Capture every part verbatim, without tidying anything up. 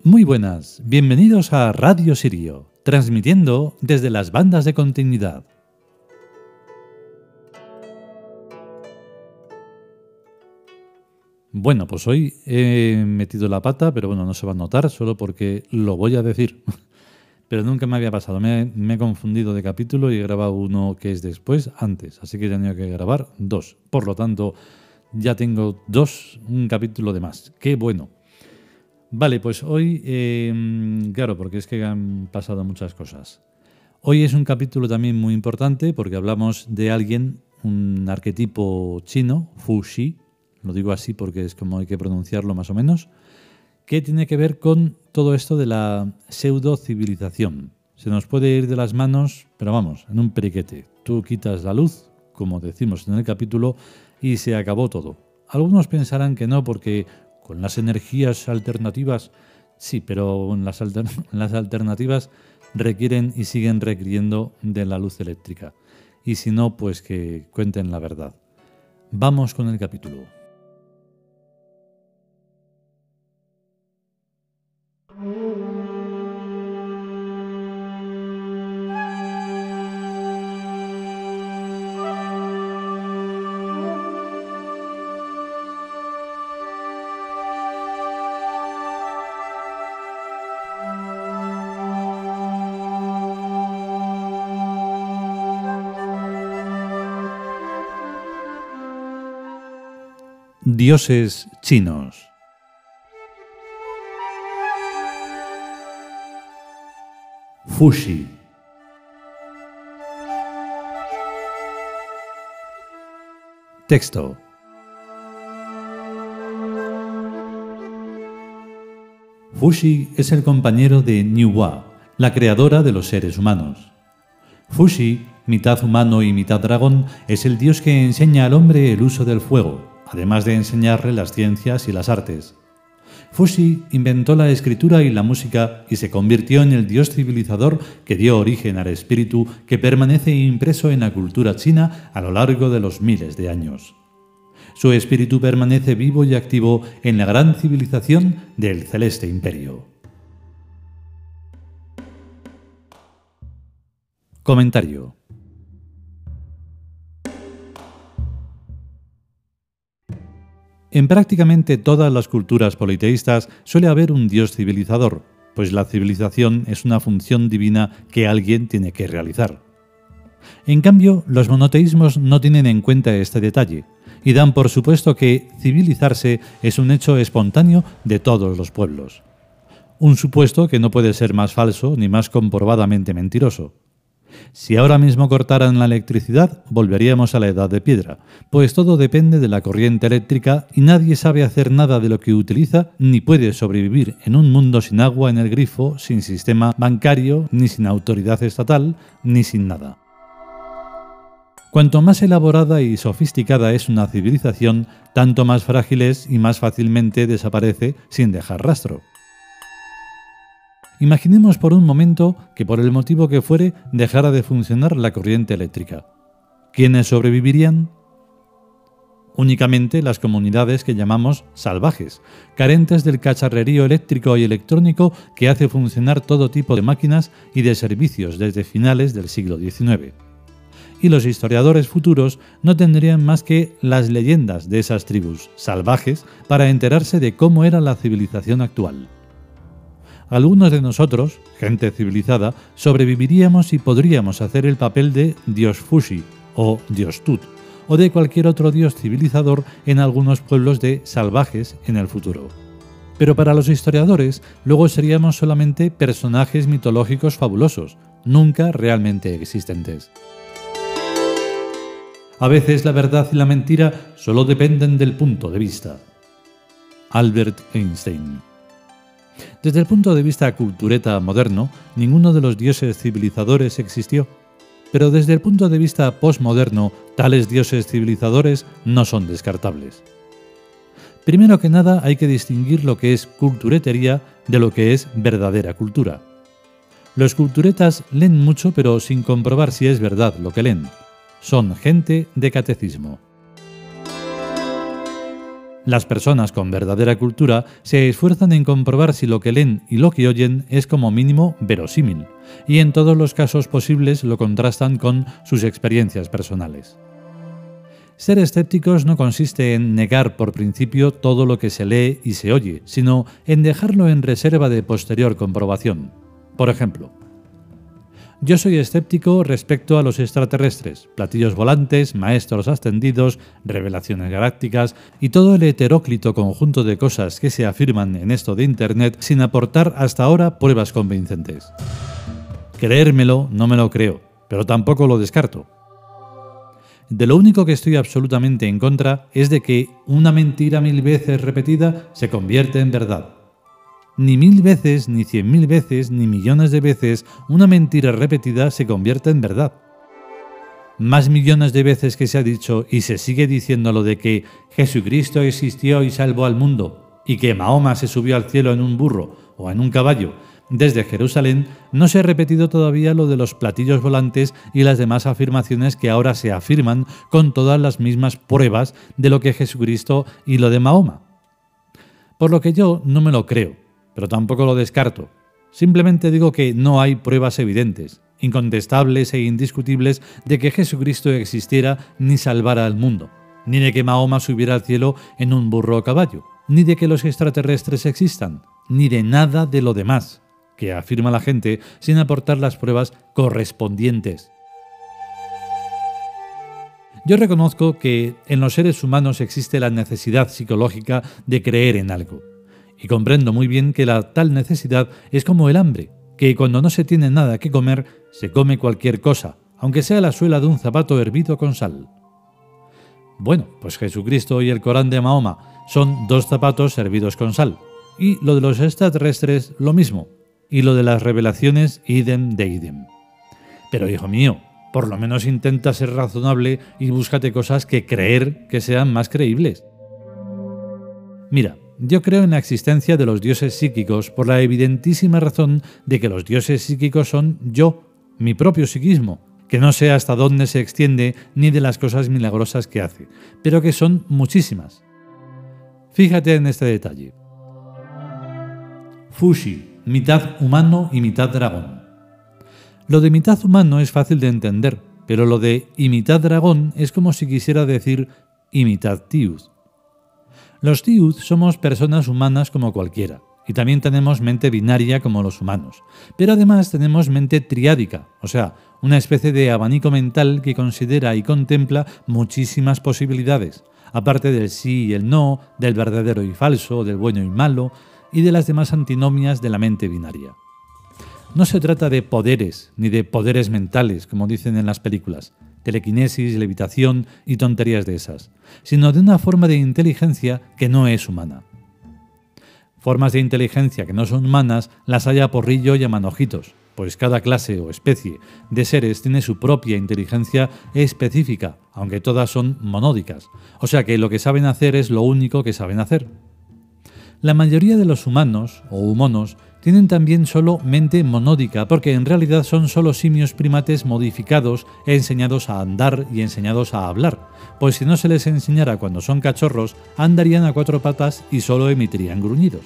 Muy buenas, bienvenidos a Radio Sirio, transmitiendo desde las bandas de continuidad. Bueno, pues hoy he metido la pata, pero bueno, no se va a notar, solo porque lo voy a decir. Pero nunca me había pasado, me, me he confundido de capítulo y he grabado uno que es después, antes, así que he tenido que grabar dos. Por lo tanto, ya tengo dos, un capítulo de más. ¡Qué bueno! Vale, pues hoy, eh, claro, porque es que han pasado muchas cosas. Hoy es un capítulo también muy importante porque hablamos de alguien, un arquetipo chino, Fuxi, lo digo así porque es como hay que pronunciarlo más o menos, que tiene que ver con todo esto de la pseudo-civilización. Se nos puede ir de las manos, pero vamos, en un periquete. Tú quitas la luz, como decimos en el capítulo, y se acabó todo. Algunos pensarán que no porque con las energías alternativas, sí, pero las, alter las alternativas requieren y siguen requiriendo de la luz eléctrica. Y si no, pues que cuenten la verdad. Vamos con el capítulo. Dioses chinos. Fuxi. Texto. Fuxi es el compañero de Niuhua, la creadora de los seres humanos. Fuxi, mitad humano y mitad dragón, es el dios que enseña al hombre el uso del fuego, además de enseñarle las ciencias y las artes. Fuxi inventó la escritura y la música y se convirtió en el dios civilizador que dio origen al espíritu que permanece impreso en la cultura china a lo largo de los miles de años. Su espíritu permanece vivo y activo en la gran civilización del Celeste Imperio. Comentario. En prácticamente todas las culturas politeístas suele haber un dios civilizador, pues la civilización es una función divina que alguien tiene que realizar. En cambio, los monoteísmos no tienen en cuenta este detalle y dan por supuesto que civilizarse es un hecho espontáneo de todos los pueblos. Un supuesto que no puede ser más falso ni más comprobadamente mentiroso. Si ahora mismo cortaran la electricidad, volveríamos a la edad de piedra, pues todo depende de la corriente eléctrica y nadie sabe hacer nada de lo que utiliza ni puede sobrevivir en un mundo sin agua en el grifo, sin sistema bancario, ni sin autoridad estatal, ni sin nada. Cuanto más elaborada y sofisticada es una civilización, tanto más frágil es y más fácilmente desaparece sin dejar rastro. Imaginemos por un momento que por el motivo que fuere dejara de funcionar la corriente eléctrica. ¿Quiénes sobrevivirían? Únicamente las comunidades que llamamos salvajes, carentes del cacharrerío eléctrico y electrónico que hace funcionar todo tipo de máquinas y de servicios desde finales del siglo diecinueve. Y los historiadores futuros no tendrían más que las leyendas de esas tribus salvajes para enterarse de cómo era la civilización actual. Algunos de nosotros, gente civilizada, sobreviviríamos y podríamos hacer el papel de Dios Fuxi o Dios Tut, o de cualquier otro dios civilizador en algunos pueblos de salvajes en el futuro. Pero para los historiadores, luego seríamos solamente personajes mitológicos fabulosos, nunca realmente existentes. A veces la verdad y la mentira solo dependen del punto de vista. Albert Einstein. Desde el punto de vista cultureta moderno, ninguno de los dioses civilizadores existió, pero desde el punto de vista postmoderno, tales dioses civilizadores no son descartables. Primero que nada hay que distinguir lo que es culturetería de lo que es verdadera cultura. Los culturetas leen mucho pero sin comprobar si es verdad lo que leen. Son gente de catecismo. Las personas con verdadera cultura se esfuerzan en comprobar si lo que leen y lo que oyen es como mínimo verosímil, y en todos los casos posibles lo contrastan con sus experiencias personales. Ser escépticos no consiste en negar por principio todo lo que se lee y se oye, sino en dejarlo en reserva de posterior comprobación. Por ejemplo, yo soy escéptico respecto a los extraterrestres, platillos volantes, maestros ascendidos, revelaciones galácticas y todo el heteróclito conjunto de cosas que se afirman en esto de Internet sin aportar hasta ahora pruebas convincentes. Creérmelo no me lo creo, pero tampoco lo descarto. De lo único que estoy absolutamente en contra es de que una mentira mil veces repetida se convierte en verdad. Ni mil veces, ni cien mil veces, ni millones de veces una mentira repetida se convierte en verdad. Más millones de veces que se ha dicho y se sigue diciendo lo de que Jesucristo existió y salvó al mundo, y que Mahoma se subió al cielo en un burro o en un caballo desde Jerusalén, no se ha repetido todavía lo de los platillos volantes y las demás afirmaciones que ahora se afirman con todas las mismas pruebas de lo que Jesucristo y lo de Mahoma. Por lo que yo no me lo creo, pero tampoco lo descarto. Simplemente digo que no hay pruebas evidentes, incontestables e indiscutibles de que Jesucristo existiera ni salvara al mundo, ni de que Mahoma subiera al cielo en un burro o caballo, ni de que los extraterrestres existan, ni de nada de lo demás que afirma la gente sin aportar las pruebas correspondientes. Yo reconozco que en los seres humanos existe la necesidad psicológica de creer en algo, y comprendo muy bien que la tal necesidad es como el hambre, que cuando no se tiene nada que comer, se come cualquier cosa, aunque sea la suela de un zapato hervido con sal. Bueno, pues Jesucristo y el Corán de Mahoma son dos zapatos hervidos con sal, y lo de los extraterrestres lo mismo, y lo de las revelaciones idem de idem. Pero hijo mío, por lo menos intenta ser razonable y búscate cosas que creer que sean más creíbles. Mira, yo creo en la existencia de los dioses psíquicos por la evidentísima razón de que los dioses psíquicos son yo, mi propio psiquismo, que no sé hasta dónde se extiende ni de las cosas milagrosas que hace, pero que son muchísimas. Fíjate en este detalle. Fushi, mitad humano y mitad dragón. Lo de mitad humano es fácil de entender, pero lo de y mitad dragón es como si quisiera decir y mitad tiud. Los tiud somos personas humanas como cualquiera, y también tenemos mente binaria como los humanos, pero además tenemos mente triádica, o sea, una especie de abanico mental que considera y contempla muchísimas posibilidades, aparte del sí y el no, del verdadero y falso, del bueno y malo, y de las demás antinomias de la mente binaria. No se trata de poderes, ni de poderes mentales, como dicen en las películas, telequinesis, levitación y tonterías de esas, sino de una forma de inteligencia que no es humana. Formas de inteligencia que no son humanas las hay a porrillo y a manojitos, pues cada clase o especie de seres tiene su propia inteligencia específica, aunque todas son monódicas, o sea que lo que saben hacer es lo único que saben hacer. La mayoría de los humanos, o humonos, tienen también solo mente monódica, porque en realidad son solo simios primates modificados, enseñados a andar y enseñados a hablar, pues si no se les enseñara cuando son cachorros, andarían a cuatro patas y solo emitirían gruñidos.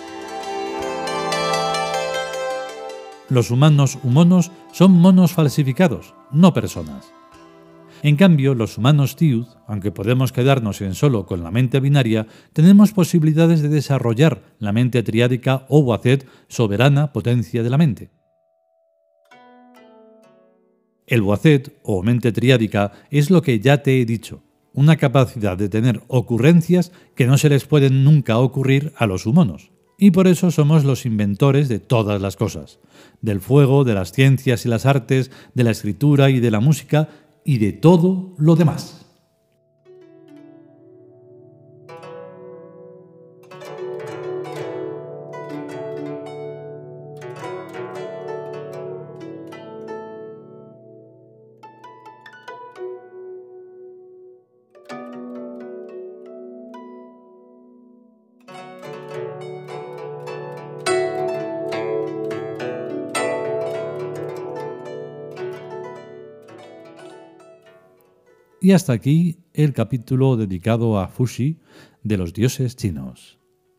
Los humanos humonos son monos falsificados, no personas. En cambio, los humanos tiud, aunque podemos quedarnos en solo con la mente binaria, tenemos posibilidades de desarrollar la mente triádica o Wazet, soberana potencia de la mente. El Wazet, o mente triádica, es lo que ya te he dicho, una capacidad de tener ocurrencias que no se les pueden nunca ocurrir a los humanos. Y por eso somos los inventores de todas las cosas, del fuego, de las ciencias y las artes, de la escritura y de la música, y de todo lo demás. Y hasta aquí el capítulo dedicado a Fuxi de los dioses chinos.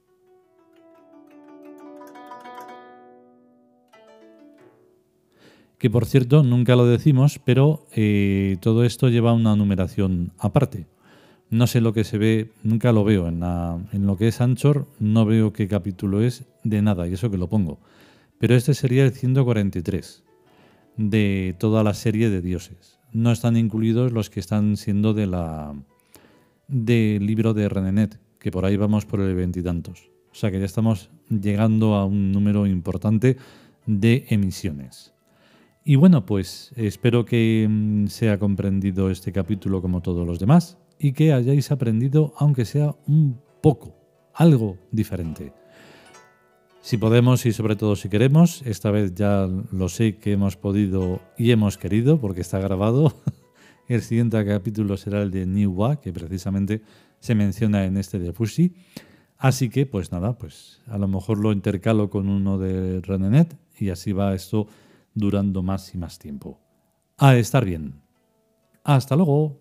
Que por cierto, nunca lo decimos, pero eh, todo esto lleva una numeración aparte. No sé lo que se ve, nunca lo veo. En, la, en lo que es Anchor no veo qué capítulo es de nada, y eso que lo pongo. Pero este sería el ciento cuarenta y tres de toda la serie de dioses. No están incluidos los que están siendo de la del libro de Renenet, que por ahí vamos por el veintitantos. O sea que ya estamos llegando a un número importante de emisiones. Y bueno, pues espero que mm, sea comprendido este capítulo como todos los demás y que hayáis aprendido, aunque sea un poco, algo diferente. Si podemos y sobre todo si queremos, esta vez ya lo sé que hemos podido y hemos querido porque está grabado. El siguiente capítulo será el de New Wa, que precisamente se menciona en este de Fuxi. Así que pues nada, pues a lo mejor lo intercalo con uno de Renenet y así va esto durando más y más tiempo. A estar bien. Hasta luego.